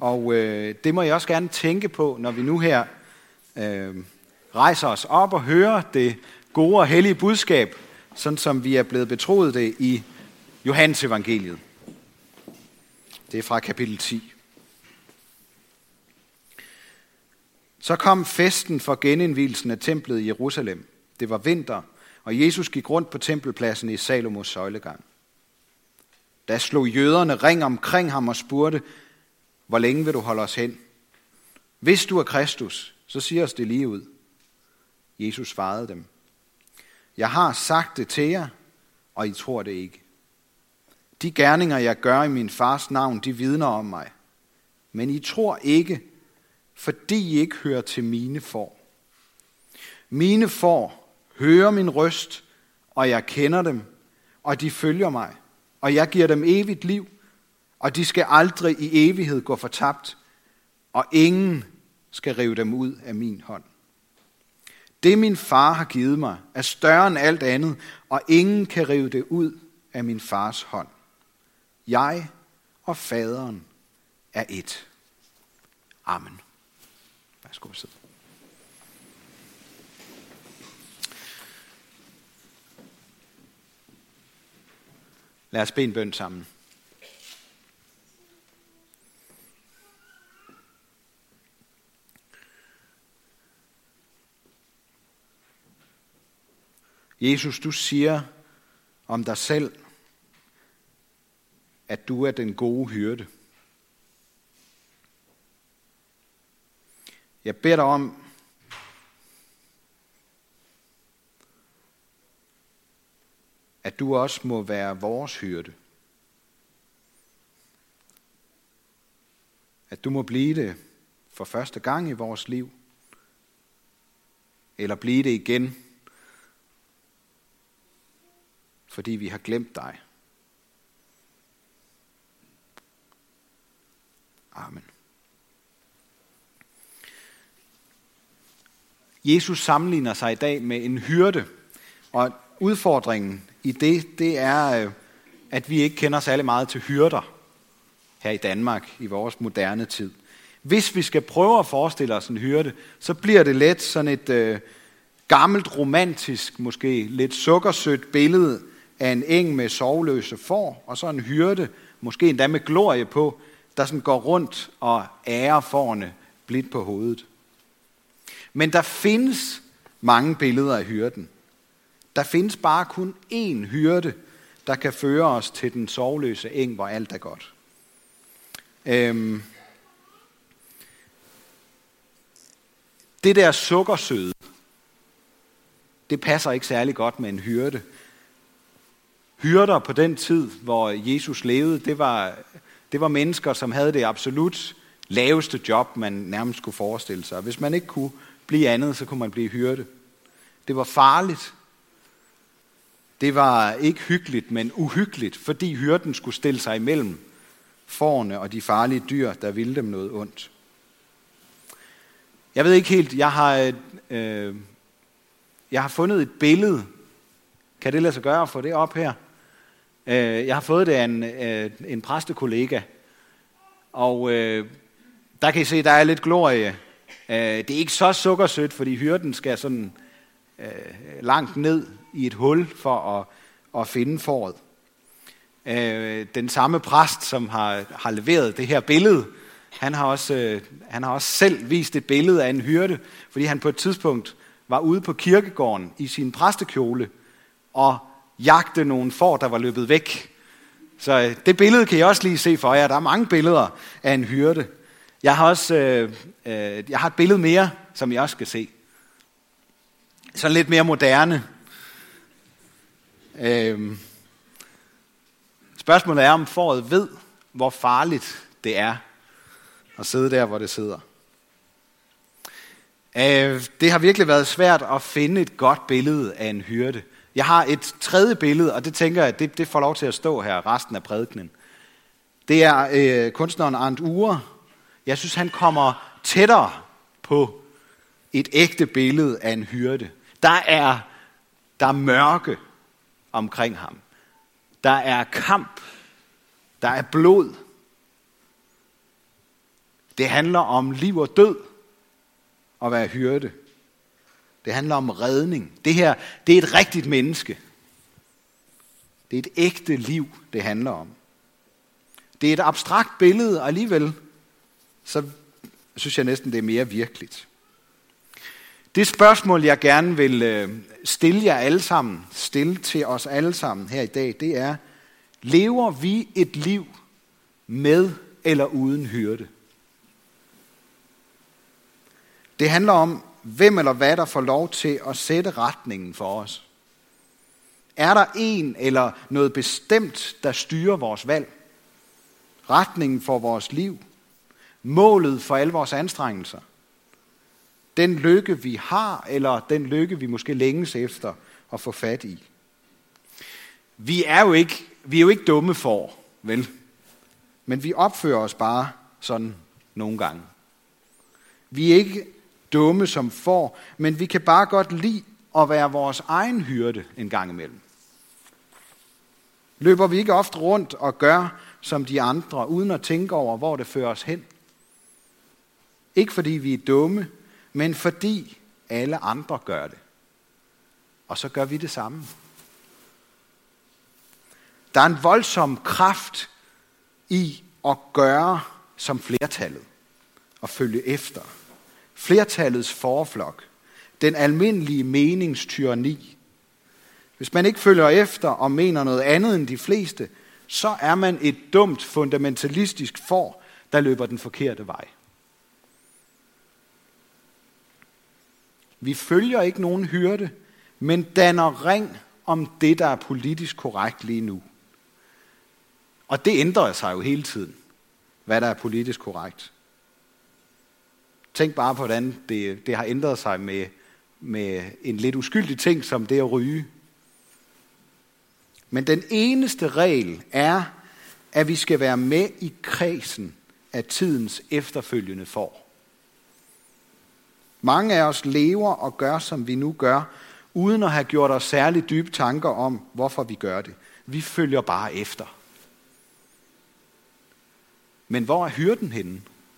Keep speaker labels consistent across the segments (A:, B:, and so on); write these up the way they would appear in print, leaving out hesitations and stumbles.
A: Og det må jeg også gerne tænke på, når vi nu her rejser os op og hører det gode og hellige budskab, sådan som vi er blevet betroet det i Johannes evangeliet. Det er fra kapitel 10. Så kom festen for genindvielsen af templet i Jerusalem. Det var vinter, og Jesus gik rundt på tempelpladsen i Salomos søjlegang. Da slog jøderne ring omkring ham og spurgte, hvor længe vil du holde os hen? Hvis du er Kristus, så sig os det lige ud. Jesus svarede dem, jeg har sagt det til jer, og I tror det ikke. De gerninger, jeg gør i min fars navn, de vidner om mig. Men I tror ikke, fordi I ikke hører til mine får. Mine får hører min røst, og jeg kender dem, og de følger mig, og jeg giver dem evigt liv, og de skal aldrig i evighed gå fortabt, og ingen skal rive dem ud af min hånd. Det min far har givet mig er større end alt andet, og ingen kan rive det ud af min fars hånd. Jeg og faderen er ét. Amen. Værsgo at sidde. Lad os bede en bøn sammen. Jesus, du siger om dig selv, at du er den gode hyrde. Jeg beder dig om, at du også må være vores hyrde. At du må blive det for første gang i vores liv, eller blive det igen, fordi vi har glemt dig. Amen. Jesus sammenligner sig i dag med en hyrde, og udfordringen i det er, at vi ikke kender særlig meget til hyrder her i Danmark i vores moderne tid. Hvis vi skal prøve at forestille os en hyrde, så bliver det let sådan et gammelt, romantisk, måske lidt sukkersødt billede af en eng med sorgløse får, og så en hyrde, måske endda med glorie på, der sådan går rundt og ærer fårene blidt på hovedet. Men der findes mange billeder af hyrden. Der findes bare kun én hyrde, der kan føre os til den sorgløse eng, hvor alt er godt. Det der sukkersøde, det passer ikke særlig godt med en hyrde. Hyrder på den tid, hvor Jesus levede, det var mennesker, som havde det absolut laveste job, man nærmest kunne forestille sig. Hvis man ikke kunne blive andet, så kunne man blive hyrde. Det var farligt. Det var ikke hyggeligt, men uhyggeligt, fordi hyrden skulle stille sig imellem fårene og de farlige dyr, der ville dem noget ondt. Jeg ved ikke helt, jeg har fundet et billede. Kan det lade sig gøre at få det op her? Jeg har fået det af en præstekollega, og der kan I se, der er lidt glorie. Det er ikke så sukkersødt, fordi hyrden skal sådan langt ned i et hul for at finde fåret. Den samme præst, som har leveret det her billede, han har også selv vist et billede af en hyrde, fordi han på et tidspunkt var ude på kirkegården i sin præstekjole og jagte nogle får, der var løbet væk. Så det billede kan I også lige se for jer. Der er mange billeder af en hyrde. Jeg har også jeg har et billede mere, som I også skal se. Sådan lidt mere moderne. Spørgsmålet er, om fåret ved, hvor farligt det er at sidde der, hvor det sidder. Det har virkelig været svært at finde et godt billede af en hyrde. Jeg har et tredje billede, og det tænker jeg, at det får lov til at stå her resten af prædikenen. Det er kunstneren Arndt Ure. Jeg synes, han kommer tættere på et ægte billede af en hyrde. Der er mørke omkring ham. Der er kamp. Der er blod. Det handler om liv og død at være hyrde. Det handler om redning. Det her, det er et rigtigt menneske. Det er et ægte liv, det handler om. Det er et abstrakt billede, og alligevel så synes jeg næsten, det er mere virkeligt. Det spørgsmål, jeg gerne vil stille jer alle sammen, stille til os alle sammen her i dag, det er, lever vi et liv med eller uden hyrde? Det handler om, hvem eller hvad, der får lov til at sætte retningen for os. Er der en eller noget bestemt, der styrer vores valg? Retningen for vores liv? Målet for alle vores anstrengelser? Den lykke, vi har, eller den lykke, vi måske længes efter at få fat i? Vi er jo ikke dumme for, vel? Men vi opfører os bare sådan nogle gange. Vi er ikke dumme som får, men vi kan bare godt lide at være vores egen hyrde en gang imellem. Løber vi ikke ofte rundt og gør som de andre, uden at tænke over, hvor det fører os hen? Ikke fordi vi er dumme, men fordi alle andre gør det. Og så gør vi det samme. Der er en voldsom kraft i at gøre som flertallet og følge efter. Flertallets forflok. Den almindelige meningstyranni. Hvis man ikke følger efter og mener noget andet end de fleste, så er man et dumt, fundamentalistisk får, der løber den forkerte vej. Vi følger ikke nogen hyrde, men danner ring om det, der er politisk korrekt lige nu. Og det ændrer sig jo hele tiden, hvad der er politisk korrekt. Tænk bare på, hvordan det har ændret sig med en lidt uskyldig ting, som det at ryge. Men den eneste regel er, at vi skal være med i kredsen af tidens efterfølgende får. Mange af os lever og gør, som vi nu gør, uden at have gjort os særligt dybe tanker om, hvorfor vi gør det. Vi følger bare efter. Men hvor er hyrden henne?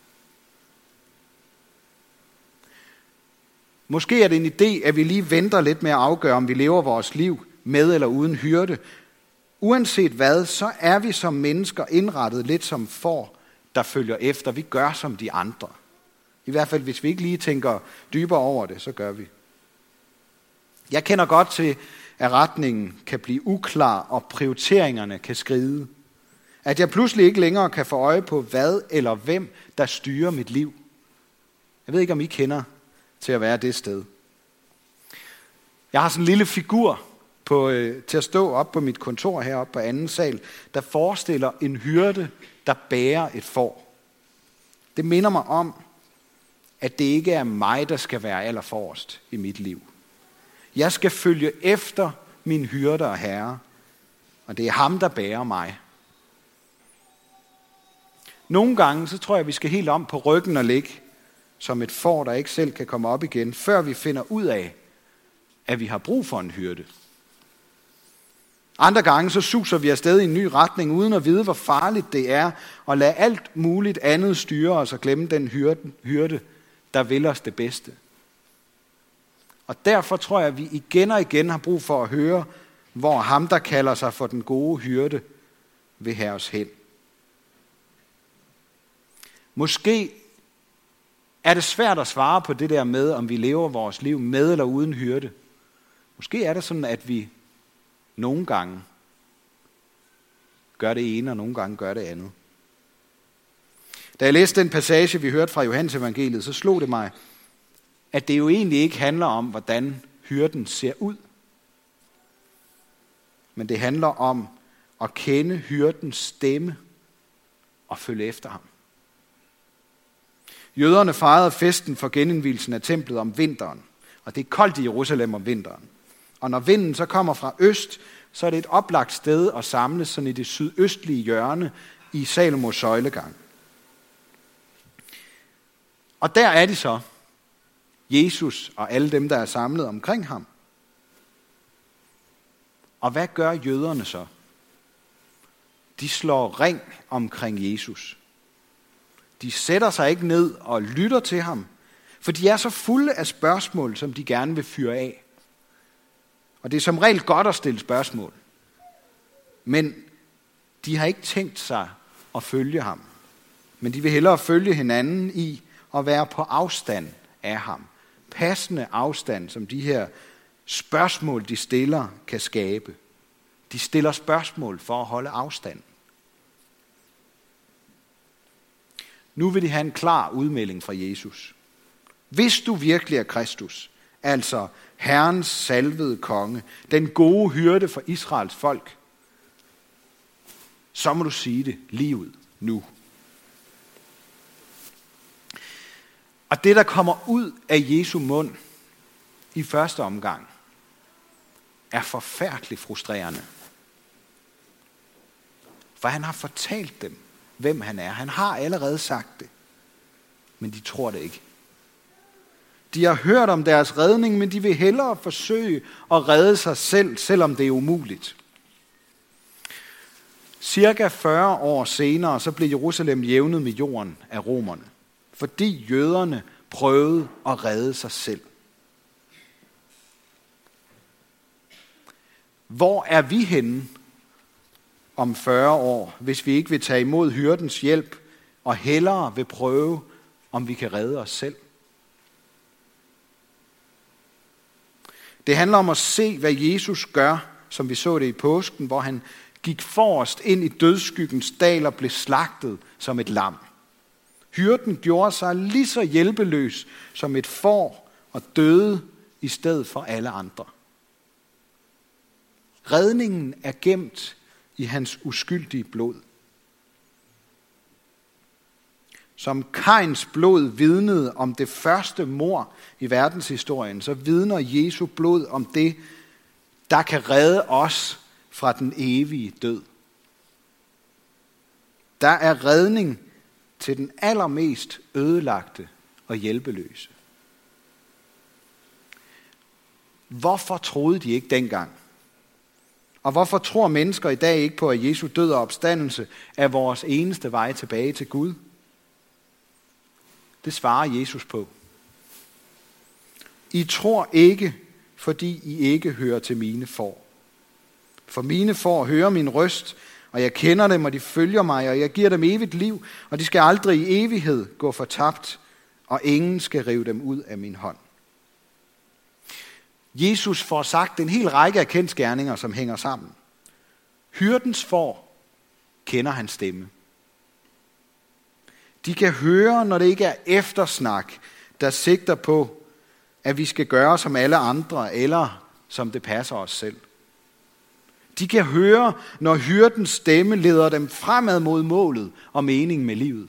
A: Måske er det en idé, at vi lige venter lidt med at afgøre, om vi lever vores liv med eller uden hyrde. Uanset hvad, så er vi som mennesker indrettet lidt som får, der følger efter. Vi gør som de andre. I hvert fald, hvis vi ikke lige tænker dybere over det, så gør vi. Jeg kender godt til, at retningen kan blive uklar, og prioriteringerne kan skride. At jeg pludselig ikke længere kan få øje på, hvad eller hvem, der styrer mit liv. Jeg ved ikke, om I kender til at være det sted. Jeg har sådan en lille figur til at stå op på mit kontor heroppe på anden sal, der forestiller en hyrde, der bærer et får. Det minder mig om, at det ikke er mig, der skal være allerforrest i mit liv. Jeg skal følge efter min hyrde og herre, og det er ham, der bærer mig. Nogle gange, så tror jeg, vi skal helt om på ryggen og ligge som et får, der ikke selv kan komme op igen, før vi finder ud af, at vi har brug for en hyrde. Andre gange, så suser vi afsted i en ny retning, uden at vide, hvor farligt det er, og lade alt muligt andet styre os og glemme den hyrde, der vil os det bedste. Og derfor tror jeg, at vi igen og igen har brug for at høre, hvor ham, der kalder sig for den gode hyrde, vil have os hen. Måske er det svært at svare på det der med, om vi lever vores liv med eller uden hyrde. Måske er det sådan, at vi nogle gange gør det ene, og nogle gange gør det andet. Da jeg læste den passage, vi hørte fra Johannes evangeliet, så slog det mig, at det jo egentlig ikke handler om, hvordan hyrden ser ud. Men det handler om at kende hyrdens stemme og følge efter ham. Jøderne fejrede festen for genindvielsen af templet om vinteren, og det er koldt i Jerusalem om vinteren. Og når vinden så kommer fra øst, så er det et oplagt sted at samles sådan i det sydøstlige hjørne i Salomos søjlegang. Og der er de så, Jesus og alle dem, der er samlet omkring ham. Og hvad gør jøderne så? De slår ring omkring Jesus. De sætter sig ikke ned og lytter til ham, for de er så fulde af spørgsmål, som de gerne vil fyre af. Og det er som regel godt at stille spørgsmål. Men de har ikke tænkt sig at følge ham. Men de vil hellere følge hinanden i at være på afstand af ham. Passende afstand, som de her spørgsmål, de stiller, kan skabe. De stiller spørgsmål for at holde afstand. Nu vil de have en klar udmelding fra Jesus. Hvis du virkelig er Kristus, altså Herrens salvede konge, den gode hyrde for Israels folk, så må du sige det lige ud nu. Og det, der kommer ud af Jesu mund i første omgang, er forfærdeligt frustrerende. For han har fortalt dem, hvem han er. Han har allerede sagt det, men de tror det ikke. De har hørt om deres redning, men de vil hellere forsøge at redde sig selv, selvom det er umuligt. Cirka 40 år senere, så blev Jerusalem jævnet med jorden af romerne, fordi jøderne prøvede at redde sig selv. Hvor er vi henne om 40 år, hvis vi ikke vil tage imod hyrdens hjælp og hellere vil prøve, om vi kan redde os selv? Det handler om at se, hvad Jesus gør, som vi så det i påsken, hvor han gik forrest ind i dødsskyggens dal og blev slagtet som et lam. Hyrden gjorde sig lige så hjælpeløs som et får og døde i stedet for alle andre. Redningen er gemt i hans uskyldige blod. Som Kains blod vidnede om det første mord i verdenshistorien, så vidner Jesu blod om det, der kan redde os fra den evige død. Der er redning til den allermest ødelagte og hjælpeløse. Hvorfor troede de ikke dengang? Og hvorfor tror mennesker i dag ikke på, at Jesu død og opstandelse er vores eneste vej tilbage til Gud? Det svarer Jesus på. I tror ikke, fordi I ikke hører til mine får. For mine får hører min røst, og jeg kender dem, og de følger mig, og jeg giver dem evigt liv, og de skal aldrig i evighed gå fortabt, og ingen skal rive dem ud af min hånd. Jesus får sagt en hel række af kendsgerninger, som hænger sammen. Hyrdens får kender hans stemme. De kan høre, når det ikke er eftersnak, der sigter på, at vi skal gøre som alle andre, eller som det passer os selv. De kan høre, når hyrdens stemme leder dem fremad mod målet og meningen med livet.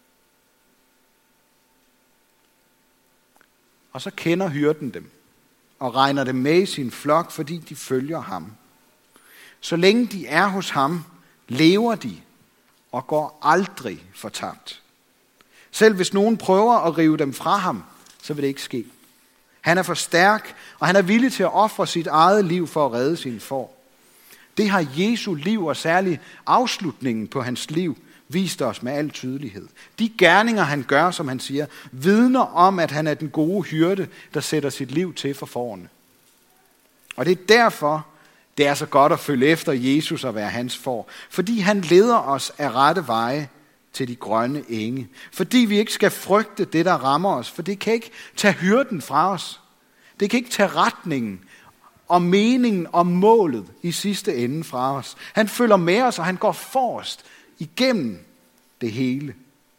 A: Og så kender hyrden dem og regner dem med i sin flok, fordi de følger ham. Så længe de er hos ham, lever de og går aldrig fortabt. Selv hvis nogen prøver at rive dem fra ham, så vil det ikke ske. Han er for stærk, og han er villig til at ofre sit eget liv for at redde sine får. Det har Jesu liv og særligt afslutningen på hans liv vist os med al tydelighed. De gerninger, han gør, som han siger, vidner om, at han er den gode hyrde, der sætter sit liv til for fårene. Og det er derfor, det er så godt at følge efter Jesus og være hans får. Fordi han leder os af rette veje til de grønne enge. Fordi vi ikke skal frygte det, der rammer os, for det kan ikke tage hyrden fra os. Det kan ikke tage retningen og meningen og målet i sidste ende fra os. Han følger med os, og han går forrest igennem det hele.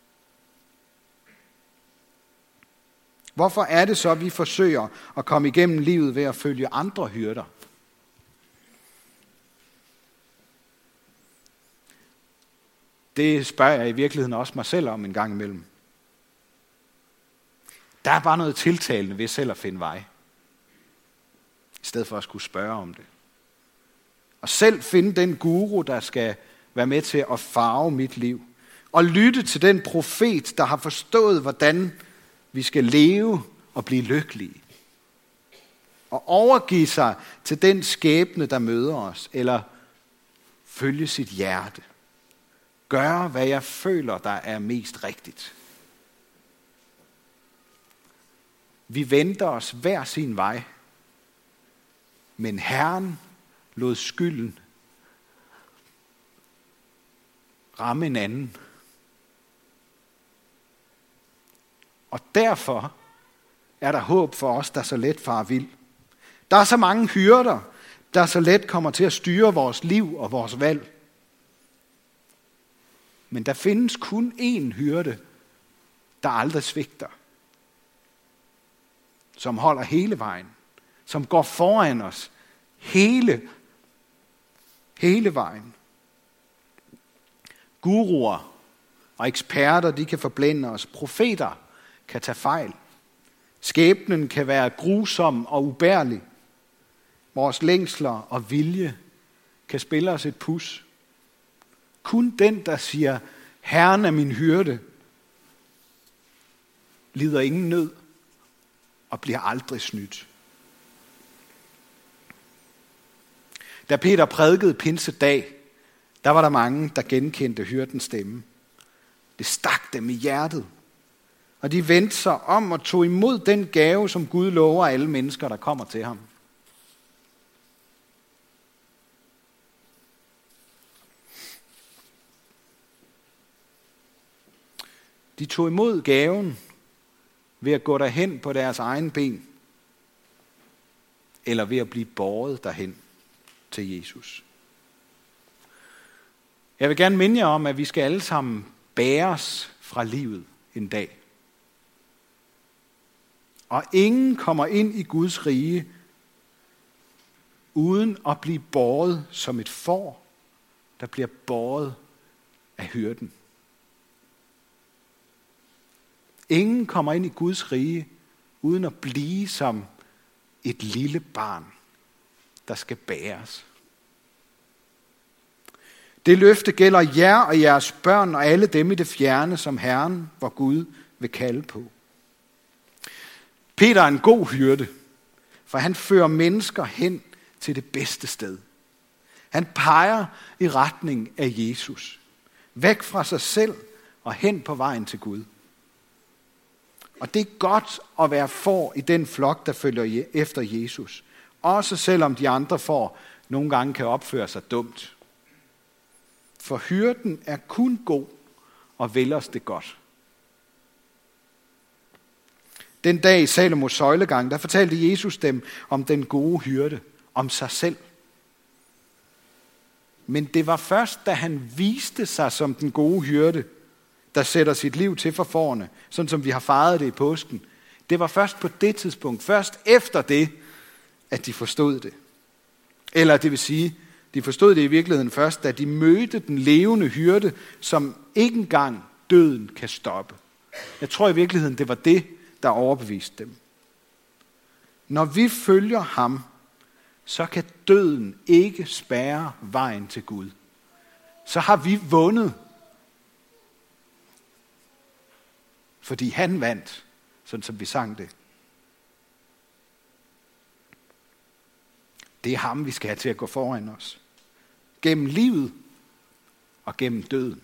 A: Hvorfor er det så, at vi forsøger at komme igennem livet ved at følge andre hyrder? Det spørger jeg i virkeligheden også mig selv om en gang imellem. Der er bare noget tiltalende ved selv at finde vej, i stedet for at skulle spørge om det. Og selv finde den guru, der skal være med til at farve mit liv. Og lytte til den profet, der har forstået, hvordan vi skal leve og blive lykkelige. Og overgive sig til den skæbne, der møder os, eller følge sit hjerte. gøre, hvad jeg føler, der er mest rigtigt. Vi vendte os hver sin vej, men Herren lod skylden ramme en anden. Og derfor er der håb for os, der så let farer vild. Der er så mange hyrder, der så let kommer til at styre vores liv og vores valg. Men der findes kun én hyrde, der aldrig svigter. Som holder hele vejen. Som går foran os hele vejen. Guruer og eksperter, de kan forblænde os. Profeter kan tage fejl. Skæbnen kan være grusom og ubærlig. Vores længsler og vilje kan spille os et pus. Kun den, der siger, Herren er min hyrde, lider ingen nød og bliver aldrig snydt. Da Peter prædikede pinsedag, der var der mange, der genkendte hyrdens stemme. Det stak dem i hjertet, og de vendte sig om og tog imod den gave, som Gud lover alle mennesker, der kommer til ham. De tog imod gaven ved at gå derhen på deres egen ben, eller ved at blive båret derhen til Jesus. Jeg vil gerne minde jer om, at vi skal alle sammen bæres fra livet en dag. Og ingen kommer ind i Guds rige, uden at blive båret som et får, der bliver båret af hyrden. Ingen kommer ind i Guds rige, uden at blive som et lille barn, der skal bæres. Det løfte gælder jer og jeres børn og alle dem i det fjerne, som Herren, vor Gud, vil kalde på. Peter er en god hyrde, for han fører mennesker hen til det bedste sted. Han peger i retning af Jesus, væk fra sig selv og hen på vejen til Gud. Og det er godt at være får i den flok, der følger efter Jesus. Også selvom de andre får nogle gange kan opføre sig dumt. For hyrden er kun god og vil os det godt. Den dag i Salomos søjlegang, der fortalte Jesus dem om den gode hyrde, om sig selv. Men det var først, da han viste sig som den gode hyrde, der sætter sit liv til for fårene, sådan som vi har fejret det i påsken. Det var først på det tidspunkt, først efter det, at de forstod det. Eller det vil sige, de forstod det i virkeligheden først, da de mødte den levende hyrde, som ikke engang døden kan stoppe. Jeg tror i virkeligheden, det var det, der overbeviste dem. Når vi følger ham, så kan døden ikke spærre vejen til Gud. Så har vi vundet. Fordi han vandt, sådan som vi sang det. Det er ham, vi skal have til at gå foran os. Gennem livet og gennem døden.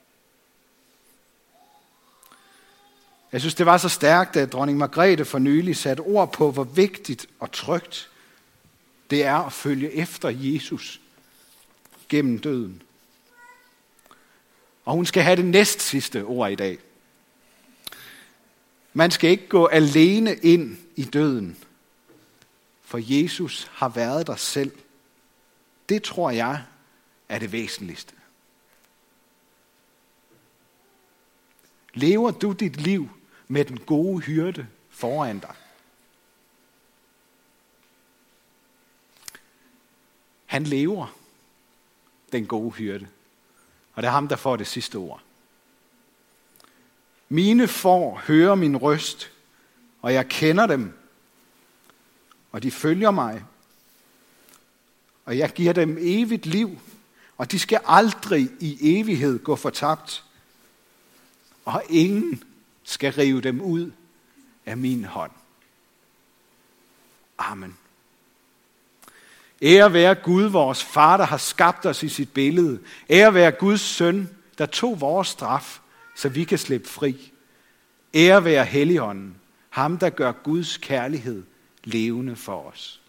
A: Jeg synes, det var så stærkt, at dronning Margrethe for nylig satte ord på, hvor vigtigt og trygt det er at følge efter Jesus gennem døden. Og hun skal have det næst sidste ord i dag. Man skal ikke gå alene ind i døden, for Jesus har været der selv. Det tror jeg er det væsentligste. Lever du dit liv med den gode hyrde foran dig? Han lever, den gode hyrde. Og det er ham, der får det sidste ord. Mine får hører min røst, og jeg kender dem, og de følger mig. Og jeg giver dem evigt liv, og de skal aldrig i evighed gå fortabt. Og ingen skal rive dem ud af min hånd. Amen. Ære være Gud, vores far, der har skabt os i sit billede. Ære være Guds søn, der tog vores straf, så vi kan slippe fri. Ære være Helligånden, ham der gør Guds kærlighed levende for os.